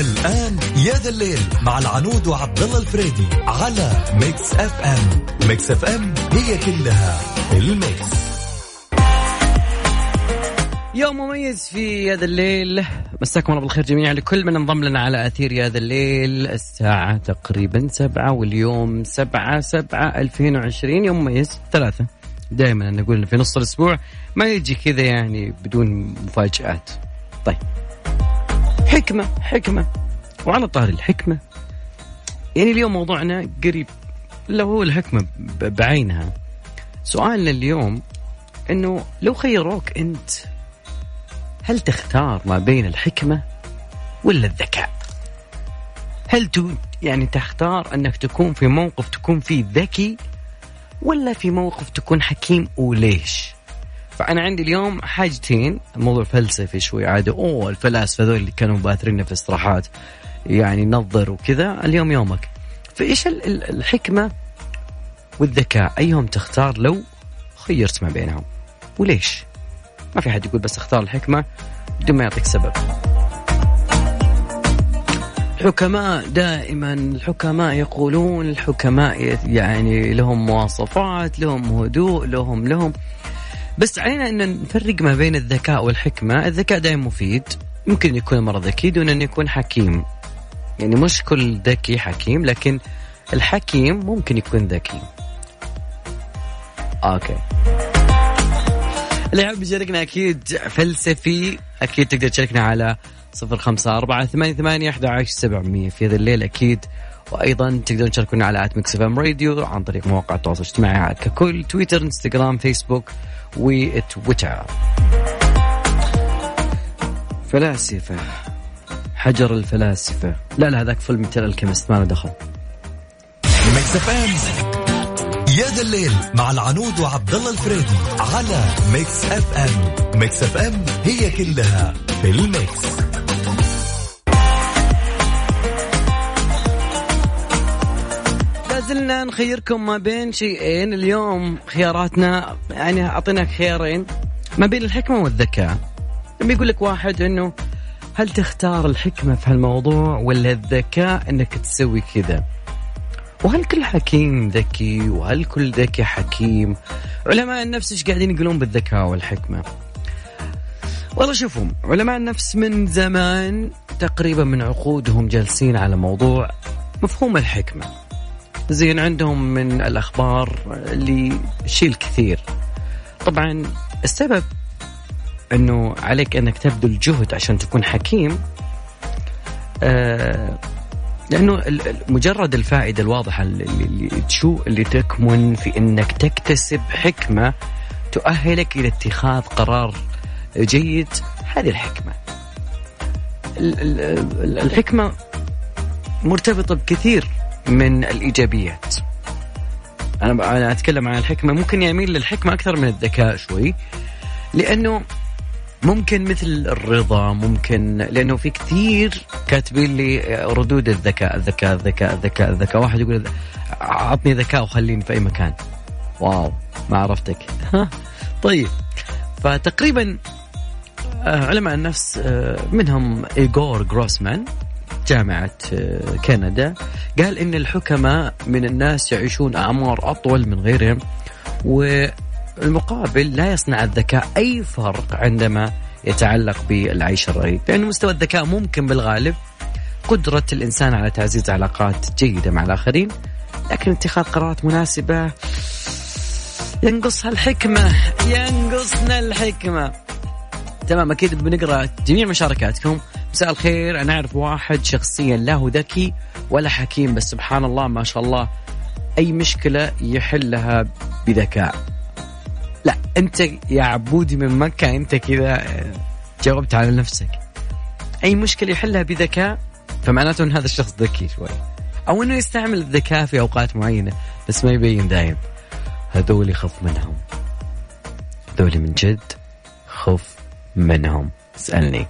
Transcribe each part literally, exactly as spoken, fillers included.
الآن يا ذا الليل مع العنود وعبد الله الفريدي على ميكس اف ام. ميكس اف ام هي كلها الميكس. يوم مميز في هذا الليل، مساكم الله بالخير جميعا لكل من انضم لنا على أثير هذا الليل. الساعة تقريبا سبعة واليوم سبعة سبعة ألفين وعشرين، يوم مميز ثلاثة. دائما نقول في نص الأسبوع ما يجي كذا يعني بدون مفاجآت. طيب، حكمة حكمة وعلى طاري الحكمة، يعني اليوم موضوعنا قريب اللي هو الحكمة بعينها. سؤالنا اليوم إنه لو خيروك أنت، هل تختار ما بين الحكمة ولا الذكاء؟ هل يعني تختار أنك تكون في موقف تكون فيه ذكي ولا في موقف تكون حكيم، وليش؟ فأنا عندي اليوم حاجتين، موضوع فلسفي شوي عادي. أوه الفلاسفة ذول اللي كانوا باثرين في استراحات يعني نظر وكذا، اليوم يومك. فإيش الحكمة والذكاء، أيهم تختار لو خيرت ما بينهم وليش؟ ما في حد يقول بس اختار الحكمة بدون ما يعطيك سبب. الحكماء دائما الحكماء يقولون الحكماء يعني لهم مواصفات، لهم هدوء، لهم لهم بس علينا أن نفرق ما بين الذكاء والحكمة. الذكاء دائما مفيد، ممكن يكون مرة ذكي دون أن يكون حكيم، يعني مش كل ذكي حكيم، لكن الحكيم ممكن يكون ذكي. أوكي، اللي يحب يشاركنا أكيد فلسفي أكيد تقدر تشاركنا على صفر خمسة أربعة ثمانية ثمانية أحد عشر سبعمية في هذا الليل أكيد. وأيضا تقدرون تشاركونا على آت ميكس اف ام راديو عن طريق مواقع التواصل الاجتماعي ككل، تويتر، انستغرام، فيسبوك وتويتر. فلاسفة، حجر الفلاسفة، لا لا هذاك فيلم ترى الكيمست ما له دخل. ميكس اف ام يا ذا الليل مع العنود وعبد الله الفريدي على ميكس اف ام. ميكس اف ام هي كلها في الميكس. لازلنا نخيركم ما بين شيئين اليوم، خياراتنا يعني أعطيناك خيارين ما بين الحكمة والذكاء. لما يقول لك واحد إنه هل تختار الحكمة في هالموضوع ولا الذكاء إنك تسوي كذا؟ وهل كل حكيم ذكي وهل كل ذكي حكيم؟ علماء النفس إيش قاعدين يقولون بالذكاء والحكمة؟ والله شوفوا، علماء النفس من زمان تقريبا من عقودهم جالسين على موضوع مفهوم الحكمة. زين عندهم من الأخبار اللي شيء الكثير. طبعا السبب أنه عليك أنك تبذل جهد عشان تكون حكيم، آه لأنه مجرد الفائدة الواضحة اللي تشو اللي تكمن في أنك تكتسب حكمة تؤهلك إلى اتخاذ قرار جيد، هذه الحكمة. الحكمة مرتبطة بكثير من الإيجابيات. أنا أنا أتكلم عن الحكمة، ممكن يميل للحكمة أكثر من الذكاء شوي، لأنه ممكن مثل الرضا، ممكن لأنه في كثير كاتبين لي ردود الذكاء الذكاء الذكاء الذكاء الذكاء. واحد يقول عطني ذكاء وخليني في أي مكان. واو ما عرفتك. طيب، فتقريبا علماء النفس منهم إيغور جروسمان جامعة كندا قال إن الحكماء من الناس يعيشون أعمار أطول من غيرهم، والمقابل لا يصنع الذكاء أي فرق عندما يتعلق بالعيش الرغيد، لأن مستوى الذكاء ممكن بالغالب قدرة الإنسان على تعزيز علاقات جيدة مع الآخرين، لكن اتخاذ قرارات مناسبة ينقصها الحكمة، ينقصنا الحكمة. تمام، أكيد بنقرأ جميع مشاركاتكم. مساء الخير، أنا أعرف واحد شخصيا لا هو ذكي ولا حكيم، بس سبحان الله ما شاء الله أي مشكلة يحلها بذكاء. لا أنت يا عبودي من مكة أنت كذا جاوبت على نفسك. أي مشكلة يحلها بذكاء فمعناته أن هذا الشخص ذكي شوي، أو أنه يستعمل الذكاء في أوقات معينة بس ما يبين دايم. هذول خف منهم، هذول من جد خف منهم. اسألني.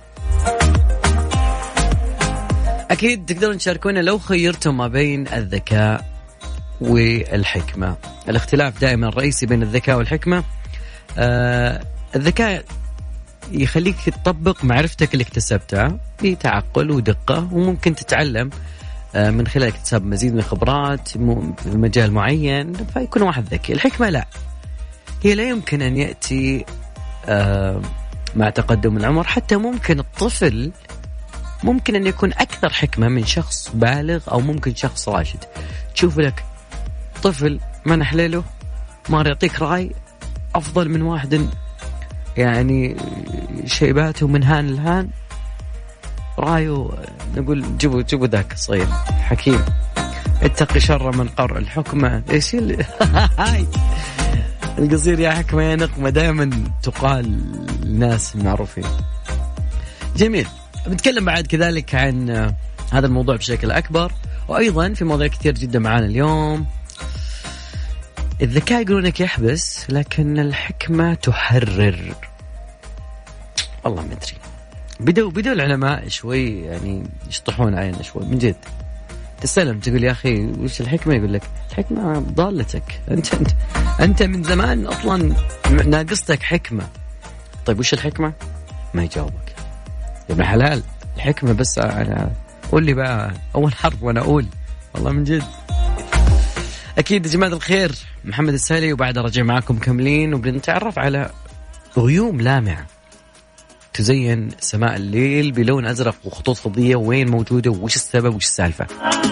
أكيد تقدرون تشاركونا لو خيرتم ما بين الذكاء والحكمة. الاختلاف دائما الرئيسي بين الذكاء والحكمة، آه الذكاء يخليك تطبق معرفتك اللي اكتسبتها بتعقل ودقة، وممكن تتعلم من خلال اكتساب مزيد من الخبرات في مجال معين فيكون واحد ذكي. الحكمة لا، هي لا يمكن أن يأتي مع تقدم العمر. حتى ممكن الطفل ممكن أن يكون أكثر حكمة من شخص بالغ أو ممكن شخص راشد. تشوف لك طفل ما نحلله ما يعطيك رأي أفضل من واحد يعني شيباته من هان لهان رايه، نقول جيبوا جيبوا ذاك الصغير حكيم اتقي شر من قرأ الحكمة. ايش هاي القصير يا حكمة يا نقمة دائما تقال الناس المعروفين. جميل. بنتكلم بعد كذلك عن هذا الموضوع بشكل أكبر، وأيضا في مواضيع كثير جدا معانا اليوم. الذكاء يقولونك يحبس لكن الحكمة تحرر. والله ما أدري، بدوا بدوا العلماء شوي يعني يشطحون علينا شوي من جد. تسلم تقول يا أخي وش الحكمة؟ يقول لك الحكمة ضالتك أنت أنت أنت من زمان أصلا ناقصتك حكمة. طيب وش الحكمة؟ ما يجاوبك يا ابن حلال. الحكمة بس أنا قول لي بقى أول حرف وأنا أقول. والله من جد. أكيد يا جماعة الخير، محمد السالي وبعد رجع معاكم كاملين وبنتعرف على غيوم لامعة تزين سماء الليل بلون أزرق وخطوط فضية، وين موجودة وش السبب وش السالفة.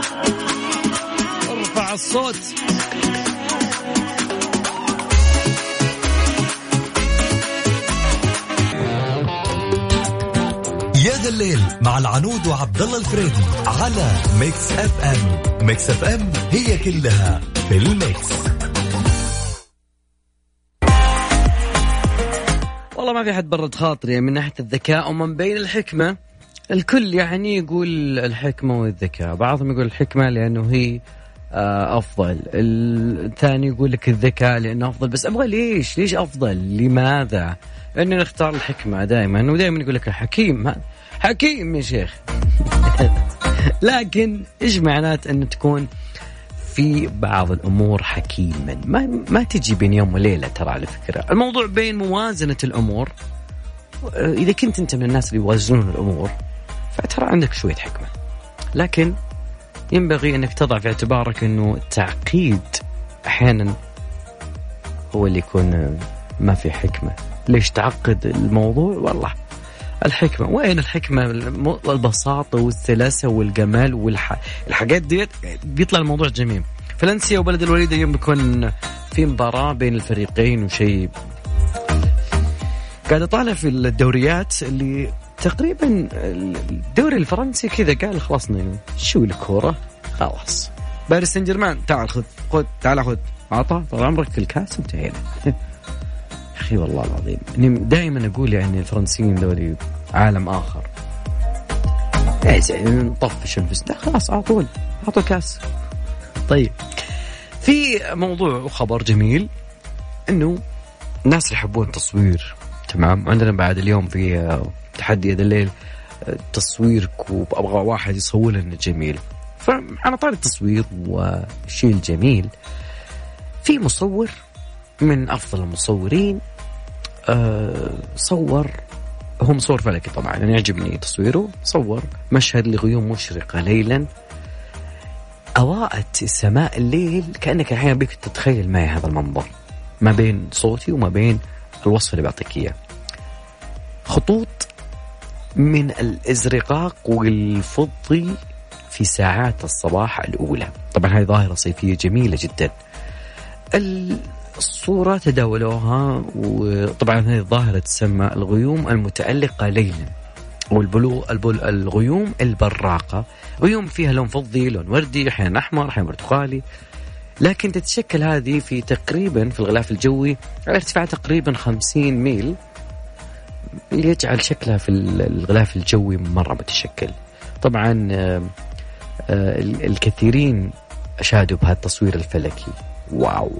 ارفع الصوت. يا ذا الليل مع العنود وعبد الله الفريدي على ميكس اف ام. ميكس اف ام هي كلها في الميكس. والله ما في حد برد خاطري من ناحية الذكاء، ومن بين الحكمة الكل يعني يقول الحكمة والذكاء. بعضهم يقول الحكمة لأنه هي أفضل، الثاني يقول لك الذكاء لأنه أفضل. بس أبغى ليش ليش أفضل؟ لماذا؟ أنه نختار الحكمة دائما، أنه دائما يقول لك الحكيم حكيم يا شيخ. لكن إيش معنات أنه تكون في بعض الأمور حكيما؟ ما ما تجي بين يوم وليلة. ترى على فكرة الموضوع بين موازنة الأمور. إذا كنت أنت من الناس اللي يوازنون الأمور فترى عندك شوية حكمة، لكن ينبغي أنك تضع في اعتبارك أنه التعقيد أحيانا هو اللي يكون ما في حكمة. ليش تعقد الموضوع؟ والله الحكمة وين؟ الحكمة البساطة والسلاسة والجمال والحاجات ديت بيطلع الموضوع جميل. فالنسيا وبلد الوليد اليوم بيكون في مباراة بين الفريقين وشيء قاعد أطالع في الدوريات اللي تقريبا الدوري الفرنسي كذا قال خلصنا شو الكورة خلاص. باريس سان جيرمان تعال خذ خذ تعال خذ عطى طال عمرك الكاس انتهينا. أخي والله العظيم دائما أقول يعني الفرنسيين دولي عالم آخر. يعني نطفش نفسنا خلاص على طول أعطوا كاس. طيب في موضوع وخبر جميل إنه الناس يحبون التصوير. تمام. عندنا بعد اليوم في تحدي هذا الليل تصويرك وأبغى واحد يصور لنا جميل. فأنا طالب التصوير والشيء الجميل في مصور من أفضل المصورين أه صور، هو مصور فلكي طبعا يعني يعجبني تصويره. صور مشهد لغيوم مشرقة ليلا أضاءت سماء الليل كأنك الحين بك تتخيل معي هذا المنظر ما بين صوتي وما بين الوصف اللي بعطيك إياه. خطوط من الازرقاق والفضي في ساعات الصباح الأولى. طبعا هذه ظاهرة صيفية جميلة جدا. الصورة تداولوها، وطبعا هذه الظاهرة تسمى الغيوم المتألقة ليلا، والبلو البل الغيوم البراقة. غيوم فيها لون فضي لون وردي أحيانا أحمر أحيانا برتقالي، لكن تتشكل هذه في تقريبا في الغلاف الجوي على ارتفاع تقريبا خمسين ميل، اللي يجعل شكلها في الغلاف الجوي مرة متشكل. طبعا الكثيرين أشادوا بهذا التصوير الفلكي. واو.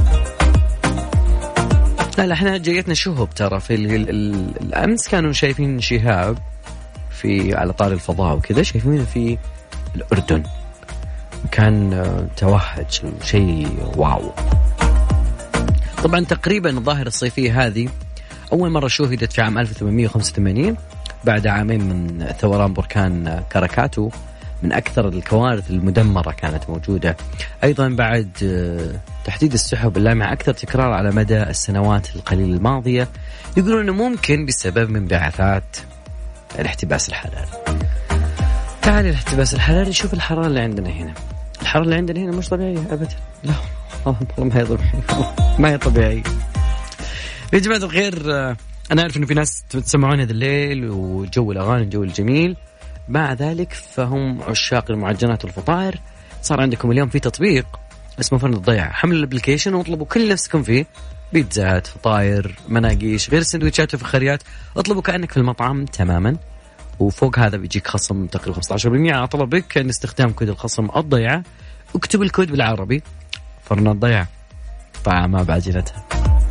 لا لا احنا جايتنا شهب ترى في الأمس كانوا شايفين شهاب في على طار الفضاء وكذا، شايفينه في الأردن كان توهج شيء واو. طبعا تقريبا الظاهرة الصيفية هذه أول مرة شوهدت في عام ألف وثمانمائة وخمسة وثمانين بعد عامين من ثوران بركان كاراكاتو، من أكثر الكوارث المدمرة كانت موجودة. أيضا بعد تحديد السحب اللامعة أكثر تكرار على مدى السنوات القليلة الماضية، يقولون أنه ممكن بسبب من بعثات الاحتباس الحراري. تعالي الاحتباس الحراري، شوف الحرارة اللي عندنا هنا. الحرارة اللي عندنا هنا مش طبيعية أبدا، لا والله ما هي طبيعية، ما هي طبيعية يا جماعة الخير. أنا أعرف إنه في ناس تسمعون هذا الليل وجو الأغاني الجو الجميل، مع ذلك فهم عشاق المعجنات والفطائر. صار عندكم اليوم في تطبيق اسمه فرن الضيعة، حملوا الابليكيشن واطلبوا كل نفسكم فيه، بيتزات، فطائر، مناقيش، غير السندويتشات والفخاريات، اطلبوا كأنك في المطعم تماما. وفوق هذا بيجيك خصم تقريبا خمسة عشر بالمئة على طلبك عند استخدام كود الخصم الضيعة. اكتب الكود بالعربي، فرن الضيعة، طعمها بعجينتها.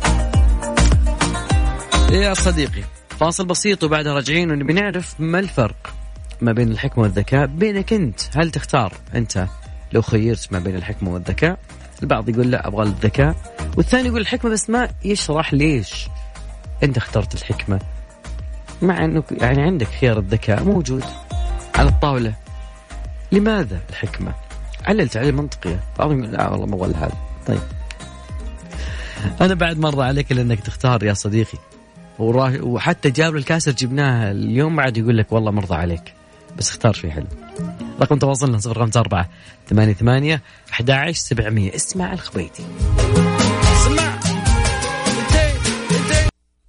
يا صديقي فاصل بسيط وبعدها راجعين ونبي نعرف ما الفرق ما بين الحكمة والذكاء بينك أنت. هل تختار أنت لو خيرت ما بين الحكمة والذكاء؟ البعض يقول لا أبغى الذكاء، والثاني يقول الحكمة بس ما يشرح ليش أنت اخترت الحكمة، مع أنه يعني عندك خيار الذكاء موجود على الطاولة. لماذا الحكمة؟ علل تعليل منطقية. بعضهم يقول لا والله ما أقول هذا. طيب أنا بعد مرة عليك لأنك تختار يا صديقي، وحتى جاب الكاسر جبناها اليوم بعد يقول لك والله مرضى عليك، بس اختار شيء حلو. رقم تواصلنا صفر خمسة أربعة ثمانية ثمانية أحد عشر سبعمية. اسمع الخبيتي، اسمع انتي انتي.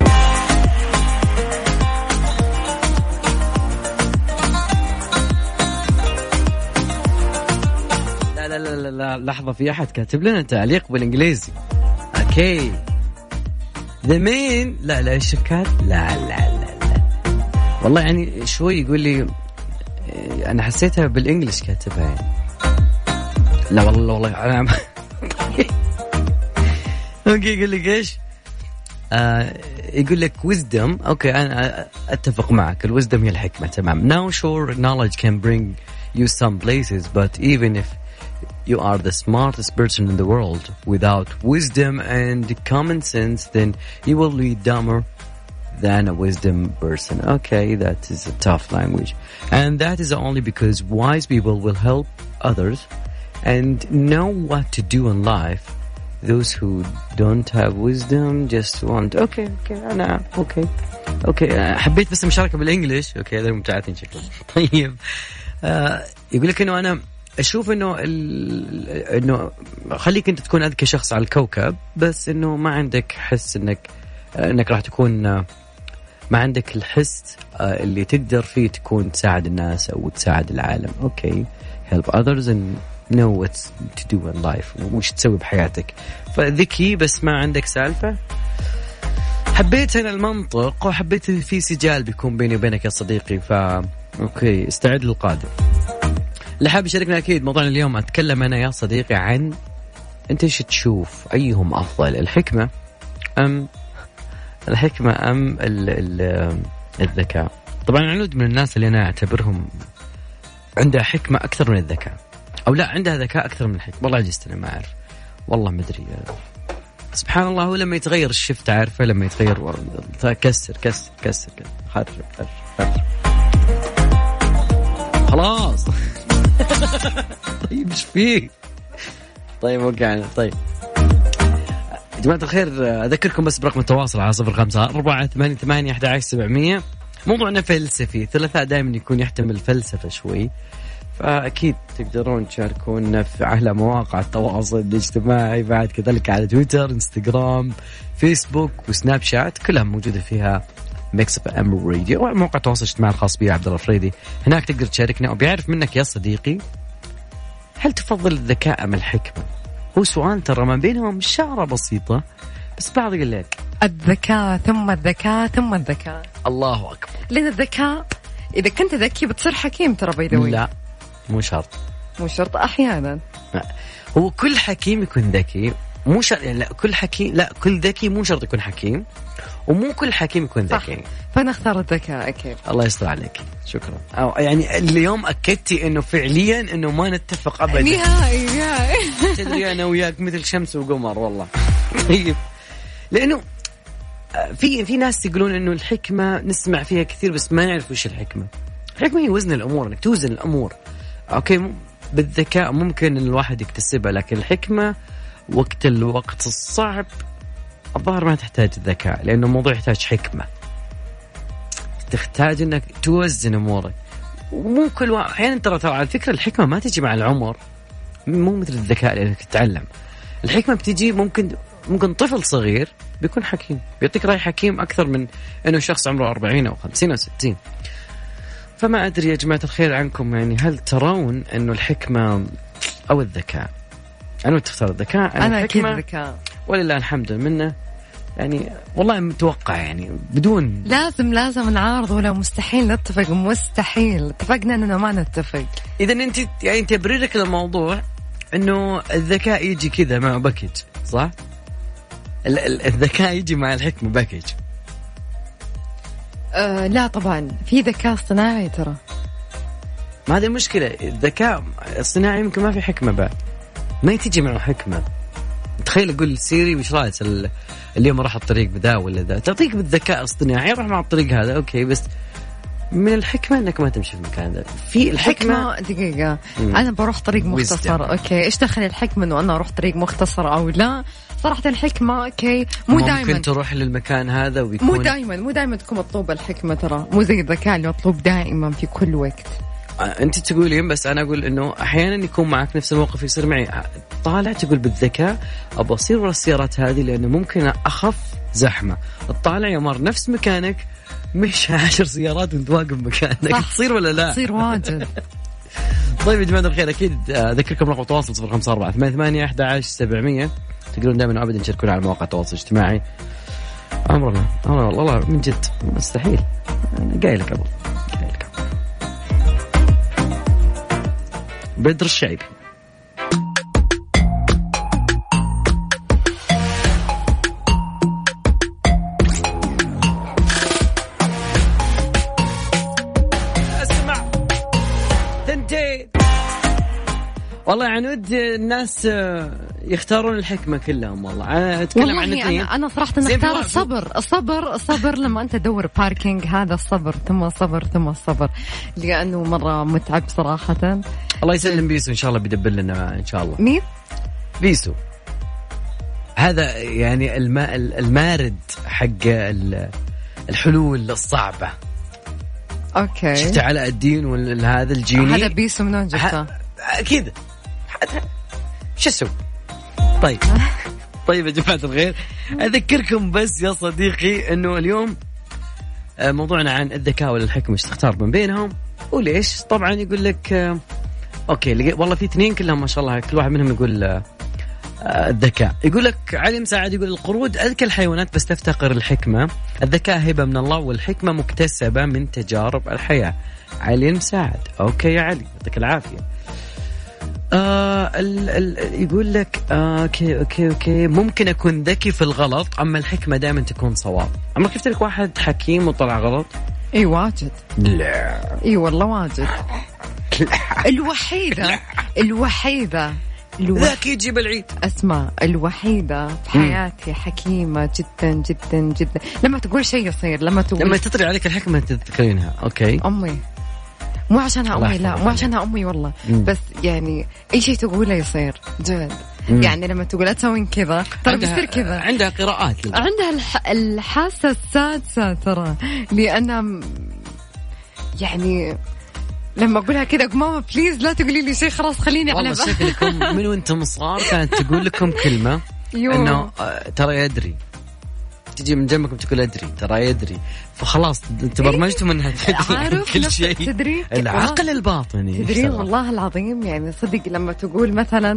لا لا لا لا لحظة، في أحد كاتب لنا تعليق بالإنجليزي. اوكي ذا مين، لا لا الشركات، لا لا لا لا والله يعني شوي يقول لي أنا حسيتها بالإنجليش كاتبها يعني. لا والله والله أنا أوكي يقول لك إيش؟ آه يقول لك wisdom. أوكي أنا أتفق معك، الwisdom هي الحكمة تمام. Now sure knowledge can bring you some places, but even if you are the smartest person in the world, without wisdom and common sense, then you will be dumber than a wisdom person. Okay, that is a tough language. And that is only because wise people will help others and know what to do in life. Those who don't have wisdom just want... Okay, okay, أنا okay. Okay, حبيت بس المشاركة بالإنجليش. Okay, هذا ممتعتين شكله. طيب آه يقول لك إنه أنا أشوف إنه ال... إنه خليك أنت تكون أذكى شخص على الكوكب، بس إنه ما عندك حس إنك إنك راح تكون ما عندك الحس اللي تقدر فيه تكون تساعد الناس أو تساعد العالم. أوكي help others and know what to do in life، وش تسوي بحياتك. فذكي بس ما عندك سالفة. حبيت أنا المنطق وحبيت في سجال بيكون بيني وبينك يا صديقي. ف أوكي استعد للقادم. اللي حاب يشاركنا أكيد موضوعنا اليوم. أتكلم أنا يا صديقي عن أنت إيش تشوف أيهم أفضل، الحكمة أم الحكمة أم ال ال الذكاء؟ طبعا عنود من الناس اللي أنا أعتبرهم عندها حكمة أكثر من الذكاء، أو لا عندها ذكاء أكثر من الحكمة. والله جست أنا ما أعرف، والله ما أدري. سبحان الله، هو لما يتغير الشفت عارفه، لما يتغير كسر كسر كسر خرج خرج خرج خلاص. طيب إيش فيه؟ طيب وقعنا. طيب جماعة الخير أذكركم بس برقم التواصل على صفر خمسة أربعة ثمانية ثمانية أحد عشر سبعمية. موضوعنا فلسفي، ثلاثاء دائما يكون يحتمل فلسفة شوي، فأكيد تقدرون تشاركونا على مواقع التواصل الاجتماعي، بعد كذلك على تويتر، انستغرام، فيسبوك وسناب شات، كلها موجودة فيها ميكس اف ام راديو، وموقع التواصل الاجتماعي الخاص بي عبد الله الفريدي. هناك تقدر تشاركنا وبيعرف منك يا صديقي هل تفضل الذكاء أم الحكمة؟ هو سؤال ترى ما بينهم شعرة بسيطة، بس بعض يقول لك الذكاء ثم الذكاء ثم الذكاء. الله أكبر. لأن الذكاء إذا كنت ذكي بتصير حكيم ترى بيدوي. لا مو شرط، مو شرط أحيانا. لا. هو كل حكيم يكون ذكي، مو شرط. لا كل حكيم، لا كل ذكي مو شرط يكون حكيم، ومو كل حكيم يكون ذكي. فأنا أختار الذكاء أكيد. الله يستر عليك، شكرا. أو يعني اليوم أكدتي إنه فعليا إنه ما نتفق أبدا. نهائي نهائي. تدري أنا وياك مثل شمس وقمر والله. طيب لأنه في في ناس يقولون إنه الحكمة نسمع فيها كثير بس ما نعرف وش الحكمة. الحكمة هي وزن الأمور، إنك توزن الأمور. أوكي، بالذكاء ممكن الواحد يكتسبها، لكن الحكمة وقت الوقت الصعب الظاهر ما تحتاج الذكاء، لأنه الموضوع يحتاج حكمة. تحتاج إنك توزن أمورك. ومو كل واحد أحيانا ترى ترى على فكرة الحكمة ما تجي مع العمر، مو مثل الذكاء لأنك تتعلم. الحكمة بتجي ممكن ممكن طفل صغير بيكون حكيم، بيعطيك رأي حكيم أكثر من إنه شخص عمره أربعين أو خمسين أو ستين. فما أدري يا جماعة الخير عنكم، يعني هل ترون إنه الحكمة أو الذكاء؟ أنا تختار الذكاء. أنا, أنا أكيد الذكاء ولله الحمد منه. يعني والله متوقع يعني بدون لازم لازم نعارض ولا مستحيل نتفق، مستحيل. اتفقنا أننا ما نتفق. إذا أنت يعني تبريرك للموضوع إنه الذكاء يجي كذا مع باكج، صح؟ الذكاء يجي مع الحكمة باكج. أه لا طبعا في ذكاء اصطناعي ترى. ما هذه المشكلة، الذكاء الصناعي يمكن ما في حكمة بعد، ما تيجي معه حكمة. تخيل أقول سيري وش رأيك اليوم راح الطريق بدا ولا ذا، تعطيك بالذكاء الاصطناعي راح مع الطريق هذا أوكي، بس من الحكمة أنك ما تمشي في المكان ذا. في الحكمة دقيقة مم. أنا بروح طريق مختصر أوكي، إيش دخل الحكمة إنه أنا أروح طريق مختصر أو لا؟ صراحة الحكمة أوكي مو دائما ممكن تروح للمكان هذا ويكون مو دائما مو دائما تكون مطلوبة الحكمة ترى، مو زي الذكاء اللي مطلوب دائما في كل وقت. أنت تقولين بس أنا أقول إنه أحيانا يكون معك نفس الموقف يصير معي، طالع تقول بالذكاء أبغى أصير ورا السيارات هذه لأنه ممكن أخف زحمة، الطالع يمر نفس مكانك مش عشر سيارات وانت واقف مكانك، تصير ولا لا؟ تصير واجد. طيب يا جماعة الخير، أكيد أذكركم رقم التواصل صفر خمسة أربعة ثمانية ثمانية أحد عشر سبعمية. تقدرون دائما أبدا تشاركونا على مواقع التواصل الاجتماعي. أمرنا أمرنا والله من جد مستحيل، أنا قايل قبل قايل قبل بدر الشعيبي. والله عنود الناس يختارون الحكمة كلهم. والله أنا أتكلم عن الاثنين. أنا, أنا صراحة نختار الصبر الصبر الصبر لما أنت تدور باركينج، هذا الصبر ثم الصبر ثم الصبر، لأنه مرة متعب صراحة. الله يسلم بيسو إن شاء الله بيدبل لنا إن شاء الله. مين؟ بيسو هذا يعني الماء المارد حق الحلول الصعبة. أوكي شفت علاء الدين وهذا الجيني، هذا بيسو من وين جبته؟ أكيد شو اسوي؟ طيب طيب يا جماعة الخير، أذكركم بس يا صديقي إنه اليوم موضوعنا عن الذكاء والحكمة، إيش تختار من بينهم وليش؟ طبعا يقول لك أوكي والله في اثنين كلهم ما شاء الله كل واحد منهم يقول الذكاء. يقول لك علي مساعد يقول القرود أذكى الحيوانات بس تفتقر الحكمة، الذكاء هبة من الله والحكمة مكتسبة من تجارب الحياة. علي مساعد أوكي يا علي يعطيك العافية. آه ال ال يقول لك آه أوكي أوكي أوكي ممكن أكون ذكي في الغلط أما الحكمة دائما تكون صواب. عمرك شفت لك واحد حكيم وطلع غلط؟ إيه واجد. لا إيه والله واجد. الوحيدة الوحيدة ذاك يجيب العيد. أسمع الوحيدة في حياتي حكيمة جدا جدا جدا. لما تقول شيء يصير، لما تقول لما تطري عليك الحكمة تذكرينها. أوكي أمي، مو عشانها أمي، لا مو عشانها أمي والله، مم. بس يعني أي شيء تقوله يصير جد. مم. يعني لما تقول لا تسوين كذا ترى بيصير كذا. عندها قراءات لله. عندها الح... الحاسة السادسة ترى، لأن يعني لما أقولها كذا ماما بليز لا تقولي لي شيء، خلاص خليني على والله شكلكم من وانتم صغار كانت تقول لكم كلمة إنه ترى يدري، تجي من جنبكم تقول أدري ترى يدري، فخلاص تبرمجتم إنها تدري كل شيء. تدري العقل الباطني تدري والله العظيم. يعني صدق لما تقول مثلا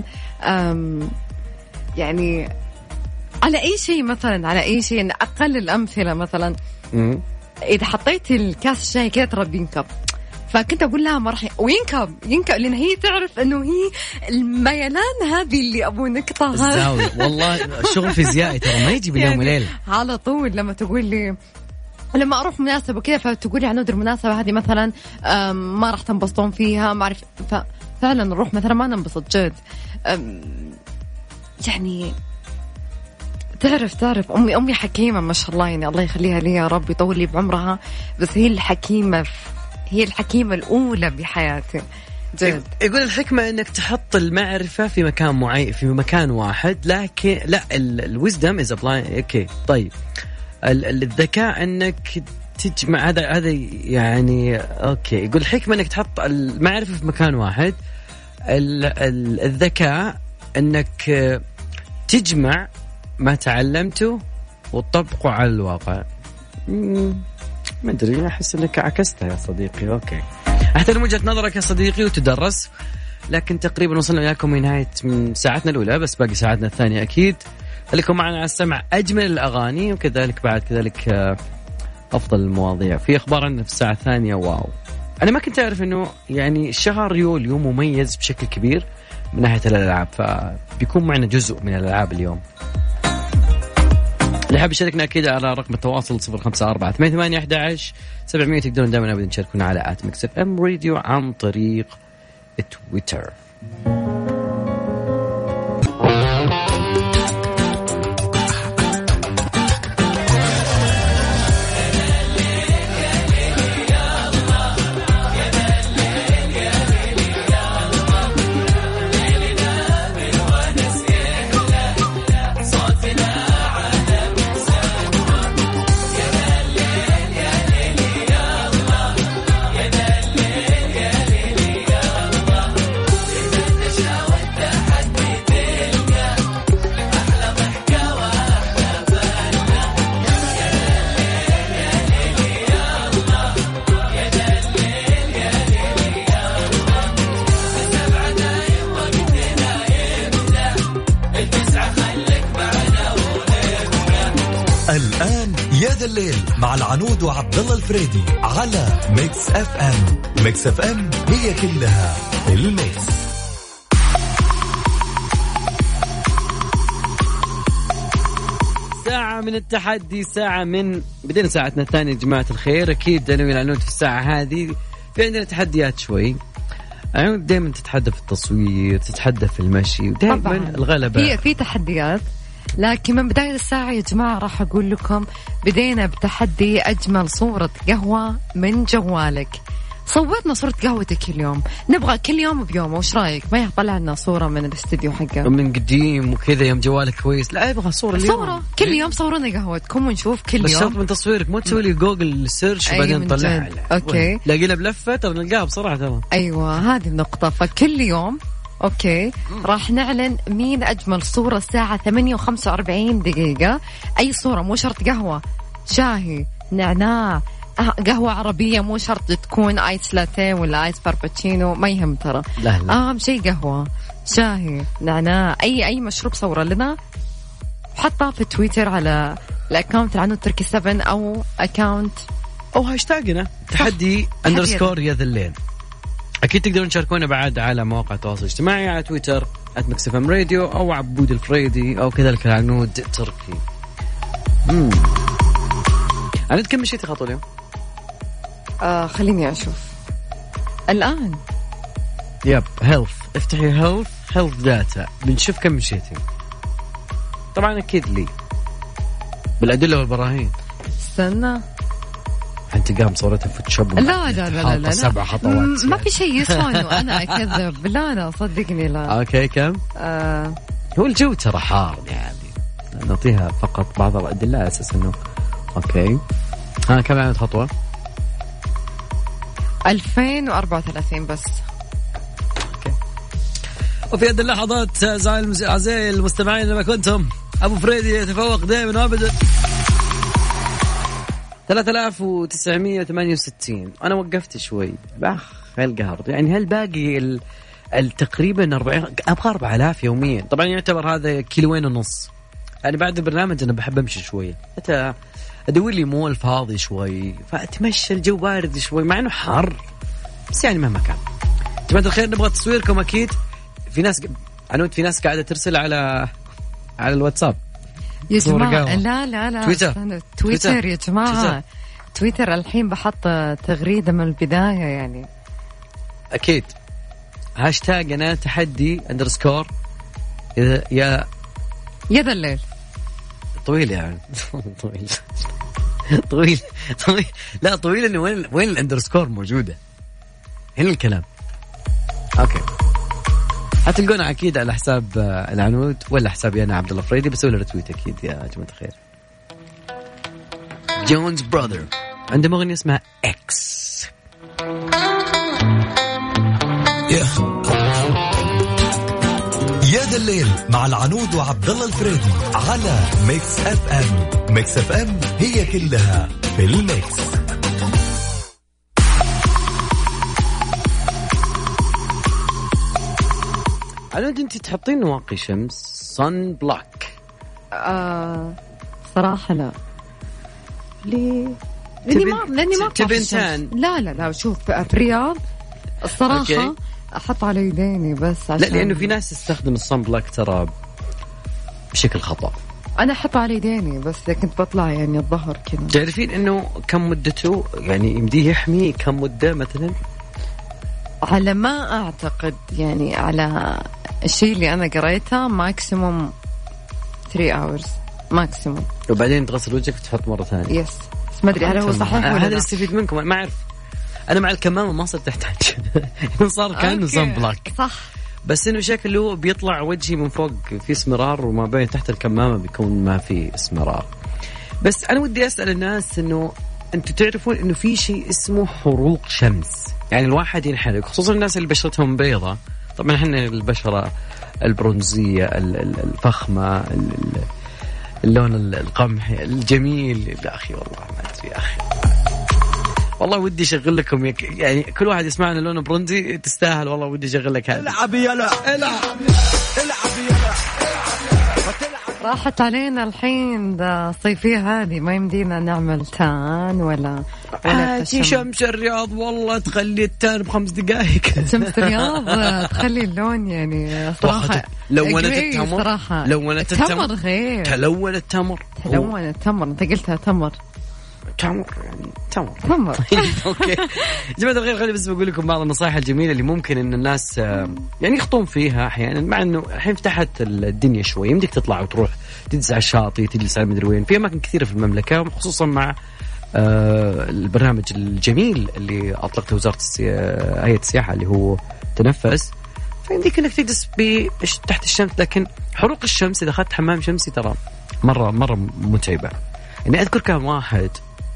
يعني على أي شيء، مثلا على أي شيء، أقل الأمثلة مثلا م- إذا حطيت الكاس الشاي كذا ترى بينكب، فكنت أقول لها ما راح وينكب ينكب، لأن هي تعرف إنه هي الميلان هذه اللي أبو نقطة الزاوية. والله شغل فيزيائي ترى ما يجي باليوم يعني وليلة. على طول لما تقول لي لما أروح مناسبة كذا فتقولي عنود المناسبة هذه مثلا ما راح تنبسطون فيها، ما أعرف، ففعلا نروح مثلا ما ننبسط جد. يعني تعرف تعرف أمي أمي حكيمة ما شاء الله، يعني الله يخليها لي يا رب، يطول لي بعمرها، بس هي الحكيمة، هي الحكيمة الأولى بحياتي جد. يقول الحكمة أنك تحط المعرفة في مكان معين، في مكان واحد، لكن لا الويزدم إز أبلاي. أوكي طيب الذكاء أنك تجمع، هذا هذا يعني أوكي. يقول الحكمة أنك تحط المعرفة في مكان واحد، الذكاء أنك تجمع ما تعلمته وتطبقه على الواقع. ما أدري، أحس أنك عكستها يا صديقي. أوكي أحترم وجهة نظرك يا صديقي وتدرس، لكن تقريبا وصلنا إليكم من نهاية من ساعتنا الأولى، بس باقي ساعتنا الثانية أكيد. خليكم معنا على السمع أجمل الأغاني، وكذلك بعد كذلك أفضل المواضيع في أخبار عندنا في الساعة الثانية. واو، أنا ما كنت أعرف إنه يعني شهر يوليو مميز بشكل كبير من ناحية الألعاب، فبيكون معنا جزء من الألعاب اليوم. اللي حاب يشاركنا أكيد على رقم التواصل صفر خمسة أربعة ثمانية ثمانية أحد عشر سبعمية. تقدرون دائما أبدا تشاركونا على آت ميكس اف ام راديو عن طريق تويتر. الآن يا ذا الليل مع العنود وعبد الله الفريدي على ميكس اف ام. ميكس اف ام هي كلها الميكس. ساعة من التحدي، ساعة من بدينا ساعتنا الثانية يا جماعة الخير. أكيد أنا والعنود في الساعة هذه في عندنا تحديات شوي. العنود دائما تتحدى في التصوير، تتحدى في المشي، ودائما الغلبة. هي في تحديات، لكن من بداية الساعة يا جماعة راح أقول لكم بدينا بتحدي أجمل صورة قهوة من جوالك. صورنا صورة قهوتك اليوم، نبغى كل يوم بيوم. وش رايك ما يطلع لنا صورة من الاستديو حقه من قديم وكذا يوم جوالك كويس؟ لا أبغى صورة اليوم، صورة كل يوم. صورونا قهوتكم ونشوف كل بس يوم. بس شرط من تصويرك، مو تسوي لي جوجل سيرش وبعدين أي نطلعها. أوكي لاقينا بلفة ترى نلقاها بسرعة ترى. أيوة هذه النقطة. فكل يوم أوكي راح نعلن مين أجمل صورة الساعة ثمانية وخمسة وأربعين دقيقة. أي صورة، مو شرط قهوة، شاهي، نعناع، قهوة عربية، مو شرط تكون آيس لاتيه ولا آيس بارباتشينو، ما يهم ترى. لا لا. أهم شيء قهوة، شاهي، نعناع، أي أي مشروب صورة لنا وحطها في تويتر على الأكاونت عنو تركي سبن أو أكاونت أو هاشتاجنا تحدي أندرسكور يا ذا الليل. أكيد تقدرون تشاركونا بعد على مواقع التواصل الاجتماعي، على تويتر آت ميكس اف ام راديو أو عبود الفريدي أو كذلك العنود تركي. امم أنا كم مشيتي خطوة اليوم؟ آه خليني أشوف الآن. يب هيلث، افتحي هيلث هيلث داتا بنشوف كم مشيتي. طبعا أكيد لي بالأدلة والبراهين. استنى أنت قام صورتها فوتوشوب. لا لا لا لا, لا. سبع خطوات ما في شيء يسوى وأنا أكذب. لا لا صدقني لا. أوكي كم؟ آه. هو الجو ترى حار يعني، نعطيها فقط بعض الأدلة أساس إنه أوكي. ها كم عملت خطوة؟ ألفين وأربعة وثلاثين بس. أوكي. وفي هذه اللحظات أعزائي المستمعين لما كنتم أبو فريدي يتفوق دائما وأبدا. ثلاثة آلاف وتسعمية وثمانية وستين. أنا وقفت شوي بأخ القهر يعني. هل باقي التقريبا أربعين؟ أبغى أربعة آلاف يوميا. طبعا يعتبر هذا كيلوين ونص. يعني بعد البرنامج أنا بحب أمشي شوي، حتى أدور لي مول فاضي شوي فأتمشى، الجو بارد شوي مع إنه حر، بس يعني مهما كان. جماعة الخير نبغى تصويركم أكيد. في ناس عنود، في ناس قاعدة ترسل على على الواتساب يا جماعة. لا لا لا تويتر. تويتر, تويتر يا جماعة. تويتر. تويتر الحين بحط تغريدة من البداية يعني. أكيد هاشتاج أنا تحدي أندرسكور يا يا ذا الليل. طويل يعني طويل طويل طويل لا طويل انه وين وين الاندرسكور موجوده هنا الكلام. اوكي هتلقونا اكيد على حساب العنود ولا حسابي انا عبد الله فريدي، بسوي له ريتويت اكيد يا جماعه الخير. جونز براذر عنده اغنيه اسمها اكس. يا ذا الليل مع العنود وعبد الله الفريدي على ميكس اف ام. ميكس اف ام هي كلها في الميكس. عنود انت تحطين واقي شمس صن بلوك؟ آه صراحه لا. ليه؟ لاني ما لاني ما تبنتان. لا لا لا شوف في الرياض الصراحه أوكي. احط على يديني بس عشان لا لانه في ناس تستخدم الصن بلوك ترى بشكل خطأ. انا احط على يديني بس اذا كنت بطلع يعني الظهر كذا. تعرفين انه كم مدته يعني يمديه يحمي كم مده مثلا؟ على ما اعتقد يعني على الشيء اللي انا قريته ماكسيموم ثلاثة اورز ماكسيموم، وبعدين تغسل وجهك وتحط مره ثانيه. يس بس ما ادري هل هو صحيح ولا لا. هذا استفيد منكم ما اعرف. انا مع الكمامه ما صرت تحتاج صار كانه صن بلوك صح، بس انه شكله بيطلع وجهي من فوق في اسمرار وما بين تحت الكمامه بيكون ما في اسمرار. بس انا ودي اسال الناس انه انتوا تعرفون انه في شيء اسمه حروق شمس، يعني الواحد ينحرق خصوصا الناس اللي بشرتهم بيضة. طبعا احنا البشرة البرونزية الفخمة اللون القمحي الجميل. لا اخي والله ما ادري يا اخي والله ودي اشغل لكم يك... يعني كل واحد يسمعنا لونه برونزي تستاهل والله ودي اشغل لك هذا. العب يلا العب العب يلا راحت علينا الحين ده صيفية هذه ما يمدينا نعمل تان ولا ولا آه شمس الرياض والله تخلي التان بخمس دقائق. شمس الرياض تخلي اللون يعني صراحة لونت التمر لونت التمر غير تلون التمر تلون التمر انت قلتها تمر تمر يعني تمر تمر. اوكي جماعة الخير خلي بس بقول لكم بعض النصائح الجميلة اللي ممكن ان الناس يعني يخطون فيها احيانا، مع انه الحين فتحت الدنيا شوي يمديك تطلع وتروح تجلس على الشاطئ تجلس على مدري وين في اماكن كثيرة في المملكة، خصوصا مع البرنامج الجميل اللي اطلقته وزارة هيئة السياحة اللي هو تنفس، فيمديك انك تجلس تحت الشمس. لكن حروق الشمس اذا اخذت حمام شمسي ترى مرة مرة متعبة. يعني اذكر كان واحد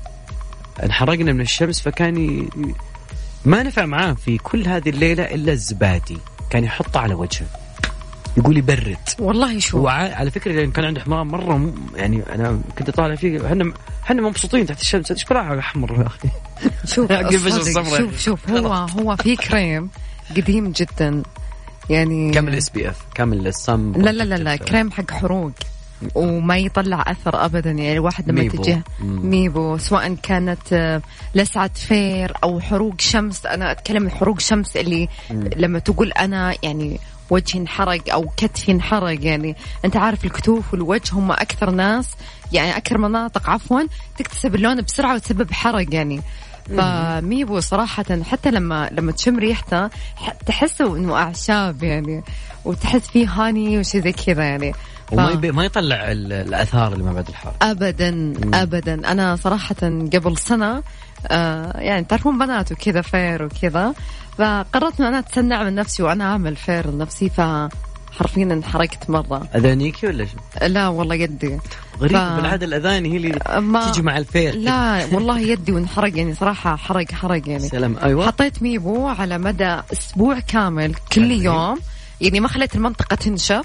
انحرقنا من الشمس فكان ي... ما نفع معاه في كل هذه الليلة إلا الزبادي كان يحطه على وجهه يقول يبرد والله. شو وع... على فكرة لأن كان عنده حمام مرة م... يعني أنا كنت طالع فيه احنا احنا مبسوطين تحت الشمس ايش كلها أحمر يا أخي. شوف شوف شوف هو هو في كريم قديم جدا يعني كامل اس بي اف كامل الصم. لا لا لا لا كريم حق حروق وما يطلع أثر أبدا. يعني الواحد لما يتجه ميبو سواء كانت لسعة فير أو حروق شمس، أنا أتكلم عن حروق شمس اللي مم. لما تقول أنا يعني وجهي انحرق أو كتفي انحرق، يعني أنت عارف الكتوف والوجه هم أكثر ناس يعني أكثر مناطق عفوا تكتسب اللون بسرعة وتسبب حرق يعني. فميبو صراحة حتى لما لما تشم ريحته تحسه إنه أعشاب يعني وتحس فيه هاني وشي زي كذا يعني وما ف... ما يطلع الآثار اللي ما بعد الحر أبدا مم. أبدا. أنا صراحة قبل سنة آه يعني تعرفون بنات وكذا فير وكذا، فقررت أن أنا أتسنع من نفسي وأنا أعمل فير لنفسي، فحرفيا انحرقت مرة. أذانيكي ولا شو؟ لا والله يدي غريب ف... بالعادة الأذاني هي اللي ما... تيجي مع الفير. لا والله يدي وانحرق يعني صراحة حرق حرق يعني سلام. أيوة. حطيت ميبو على مدى أسبوع كامل كل يوم يعني ما خليت المنطقة تنشف،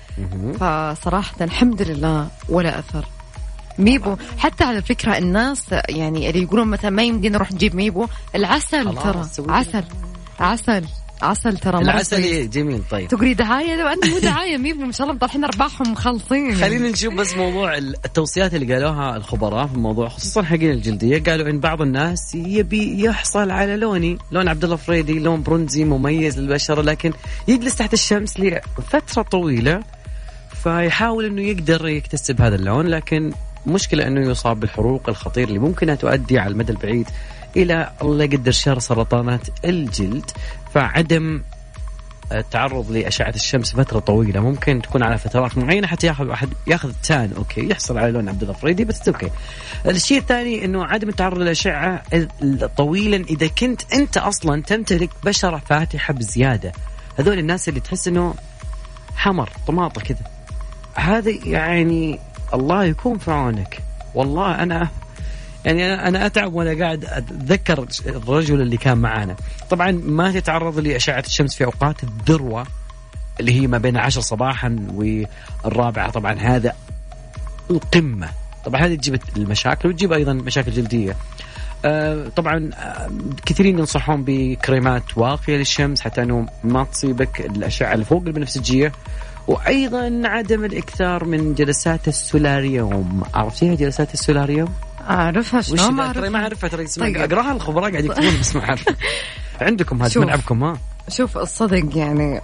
فصراحة الحمد لله ولا أثر ميبو. حتى على فكرة الناس يعني اللي يقولون مثلا ما يمدينا نروح نجيب ميبو، العسل ترى عسل عسل عسل ترى العسل جميل. طيب تقولي دعاية لو أنت مو دعاية ميبو ما شاء الله مطلعين أرباحهم مخلصين. خلينا نشوف بس موضوع التوصيات اللي قالوها الخبراء في الموضوع خصوصا حقين الجلدية. قالوا إن بعض الناس يبي يحصل على لوني لون عبد الله فريدي لون برونزي مميز للبشرة، لكن يجلس تحت الشمس لفترة طويلة فيحاول إنه يقدر يكتسب هذا اللون، لكن مشكلة إنه يصاب بالحروق الخطير اللي ممكن أن تؤدي على المدى البعيد إلى الله يقدر شر سرطانات الجلد. فعدم التعرض لأشعة الشمس فترة طويلة، ممكن تكون على فترات معينة حتى ياخذ واحد ياخذ تان أوكي يحصل على لون عبد الله الفريدي بس أوكي. الشيء الثاني إنه عدم التعرض للأشعة طويلا إذا كنت أنت أصلا تمتلك بشرة فاتحة بزيادة، هذول الناس اللي تحس إنه حمر طماطة كذا، هذا يعني الله يكون في عونك. والله أنا يعني أنا أتعب وأنا قاعد أتذكر الرجل اللي كان معانا. طبعا ما تتعرض لأشعة الشمس في أوقات الذروة اللي هي ما بين عشر صباحا والرابعة، طبعا هذا القمة، طبعا هذه تجيب المشاكل وتجيب أيضا مشاكل جلدية. آه طبعا آه كثيرين ينصحون بكريمات واقية للشمس حتى أنه ما تصيبك الأشعة اللي فوق البنفسجية، وأيضا عدم الإكثار من جلسات السولاريوم. عرفتيها جلسات السولاريوم؟ أعرفها شلون ما أعرفها؟ ما أعرفها ترى اسمها طيب. أقراها الخبراء قاعد يكتبون بس ما أعرف. عندكم هذا ملعبكم. ها شوف الصدق يعني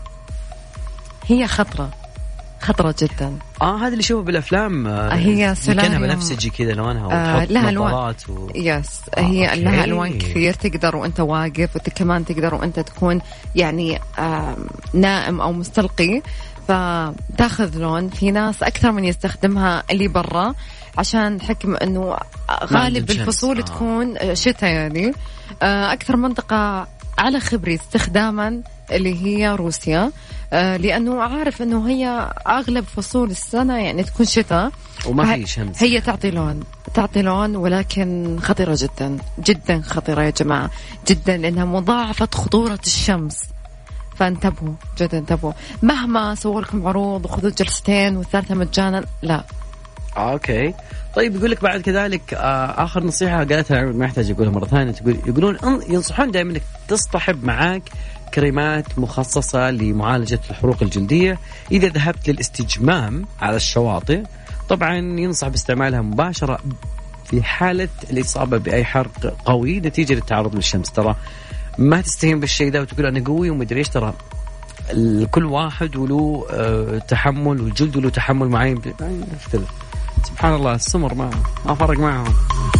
هي خطرة خطرة جدا. اه هذا اللي شوفه بالافلام. آه هي سولاريوم كانها بنفسجي كذا لونها آه لها الوان و... يس آه هي أوكي. لها الوان كثير، تقدر وانت واقف وكمان تقدر وانت تكون يعني آه نائم او مستلقي فتاخذ لون. في ناس اكثر من يستخدمها اللي برا عشان حكم انه غالب الفصول آه. تكون شتاء يعني. آه اكثر منطقة على خبري استخداما اللي هي روسيا، آه لأنه عارف أنه هي أغلب فصول السنة يعني تكون شتاء وما في شمس، هي تعطي لون تعطي لون ولكن خطيرة جدا جدا خطيرة يا جماعة جدا، لأنها مضاعفة خطورة الشمس. فانتبهوا جدا انتبهوا، مهما سووا لكم عروض وخذوا جلستين والثالثة مجانا لا. آه أوكي طيب يقول لك بعد كذلك آه آخر نصيحة قالتها ما يحتاج يقولها مرة ثانية، تقول يقولون ينصحون دائما إنك تصطحب معاك كريمات مخصصة لمعالجة الحروق الجلدية إذا ذهبت للاستجمام على الشواطئ. طبعا ينصح باستعمالها مباشرة في حالة الإصابة بأي حرق قوي نتيجة للتعرض للشمس. ترى ما تستهين بالشيء ده وتقول أنا قوي ومدري إيش، ترى كل واحد وله أه تحمل والجلد له تحمل معين يختلف. سبحان الله السمر ما ما فرق معهم.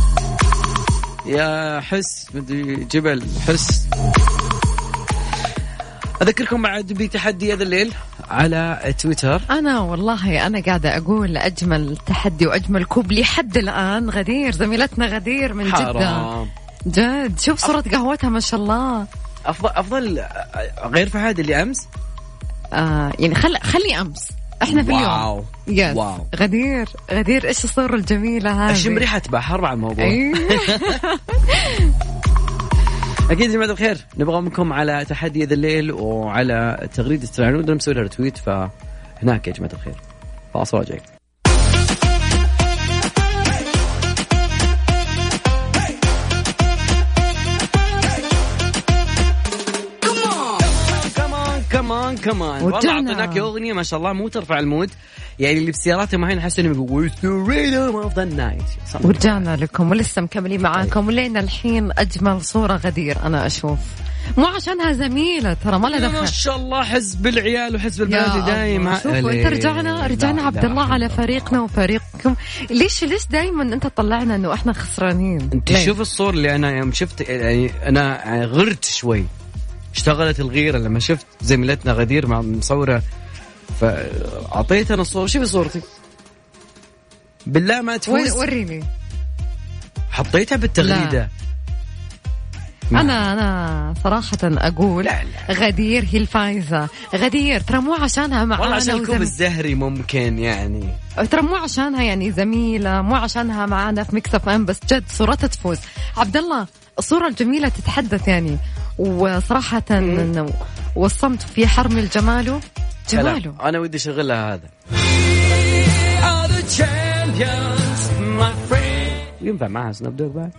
يا حس مدري جبل حس. أذكركم بعد بتحدي هذا الليل على تويتر. أنا والله أنا قاعدة أقول أجمل تحدي وأجمل كوب لحد الآن غدير، زميلتنا غدير من جدة جد. شوف صورة قهوتها ما شاء الله. أفضل أفضل غير فهد اللي أمس آه يعني خل خلي أمس إحنا في اليوم. يس واو. غدير غدير إيش الصورة الجميلة هذه، أشم ريحة بحر مع الموضوع. أكيد جماعة الخير نبغى منكم على تحدي هذا الليل وعلى تغريدة العنود نسوي لها تويت، فهناك يا جماعة الخير فاصل وجاي. كمان كمان والله أعطيناك أغنية ما شاء الله مو ترفع المود، يعني اللي بسياراتهم معين حسوا إنهم يقولوا ريدم أوف ذا نايت. ورجعنا لكم ولسه مكملين معاكم ولينا الحين أجمل صورة غدير أنا أشوف، مو عشانها زميلة ترى ما لها دخل ما شاء الله حزب العيال وحزب البنات دايم. شوفوا انت رجعنا رجعنا عبد الله على فريقنا وفريقكم. ليش ليش دايما انت تطلعنا انه احنا خسرانين؟ انت شوف الصور اللي انا يوم شفت يعني انا غرت شوي، اشتغلت الغيرة لما شفت زميلتنا غدير مع مصورة فأعطيتها الصورة. شوفي صورتي بالله ما تفوز. وريني. حطيتها بالتغريدة. أنا أنا صراحة أقول لا لا. غدير هي الفايزة. غدير ترى مو عشانها معانا والله عشان الكوب الزهري ممكن يعني ترى مو عشانها يعني زميلة، مو عشانها معانا في ميكس اف ام، بس جد صورتها تفوز. عبد الله الصورة الجميلة تتحدث يعني، وصراحة إنه والصمت في حرم الجماله جماله. أنا ودي شغلها هذا ينفع معها سناب دوغ بعد.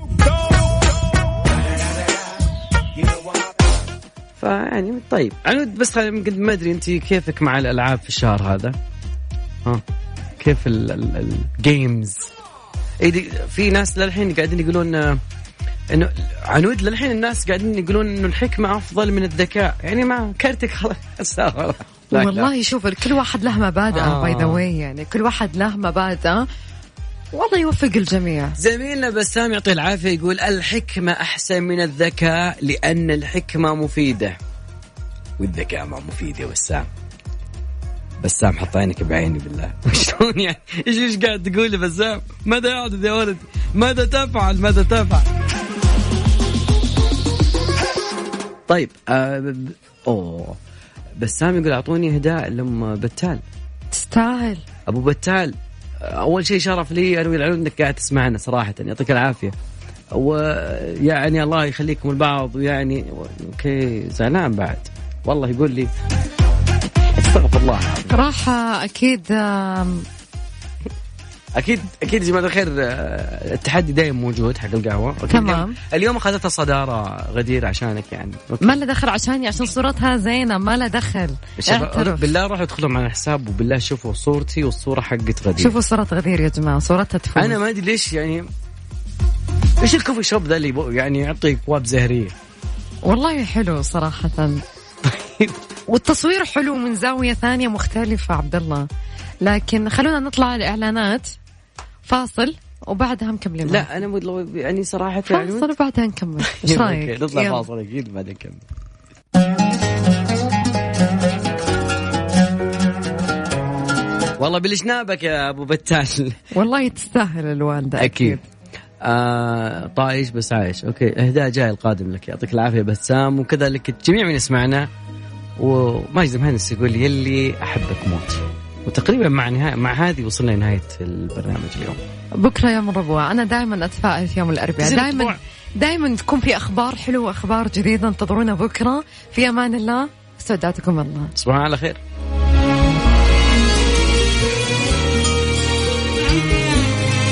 فيعني طيب عنود بس قد ما أدري أنت كيفك مع الألعاب في الشهر هذا؟ ها كيف الجيمز؟ في ناس للحين قاعدين يقولون إنه عنود للحين الناس قاعدين يقولون إنه الحكمة أفضل من الذكاء، يعني ما كرتك خلاص. والله شوف كل واحد له مبادئ باي ذا واي، يعني كل واحد له مبادئ والله يوفق الجميع. زميلنا بسام يعطيه العافية يقول الحكمة أحسن من الذكاء لأن الحكمة مفيدة. والذكاء مع مفيد يا بسام. بسام حط عينك بعيني بالله. شلون يعني؟ ايش ايش قاعد تقول يا بسام؟ ماذا يعد يا ولدي؟ ماذا تفعل؟ ماذا تفعل؟ طيب آه اوه بسام يقول اعطوني هداء لام بتال. تستاهل ابو بتال. اول شيء شرف لي انا والعلوم انك قاعد تسمعنا صراحه، يعطيك العافيه، ويعني الله يخليكم البعض، ويعني اوكي زعلان بعد والله يقول لي استغفر الله. راح اكيد اكيد اكيد يا جماعه الخير التحدي دايم موجود حق القهوه. تمام. اليوم اخذتها صداره غدير عشانك يعني. ما له دخل عشاني عشان صورتها زينه، ما له دخل. بالله روحوا ادخلوا على الحساب وبالله شوفوا صورتي والصوره حقت غدير. شوفوا صوره غدير يا جماعه، صورتها تفوز. انا ما ادري ليش يعني ايش الكوفي شوب ذا اللي يعني يعطيك كواب زهريه. والله حلو صراحه. طيب والتصوير حلو من زاويه ثانيه مختلفه عبد الله. لكن خلونا نطلع الإعلانات، فاصل وبعدها نكمل. لا أنا مود يعني صراحة فاصل وبعدها نكمل. إيش رأيك؟ نطلع فاصل أكيد بعدين نكمل. والله بالجنابك يا أبو بتال. والله تستاهل الوالدة أكيد, أكيد. آه طايش بس عايش. أوكي إهداء جاي القادم لك، يعطيك العافية بسام، وكذلك جميع من يسمعنا. وماجد مهندس يقول لي يلي أحبك موت. وتقريبا مع نهاية مع هذه وصلنا لنهاية البرنامج اليوم. بكرة يوم الربوع. أنا دائما أتفائل في يوم الأربعاء، دائما دائما تكون في أخبار حلوة، أخبار جديدة. انتظرونا بكرة. في أمان الله، استودعتكم الله. تصبحون على خير.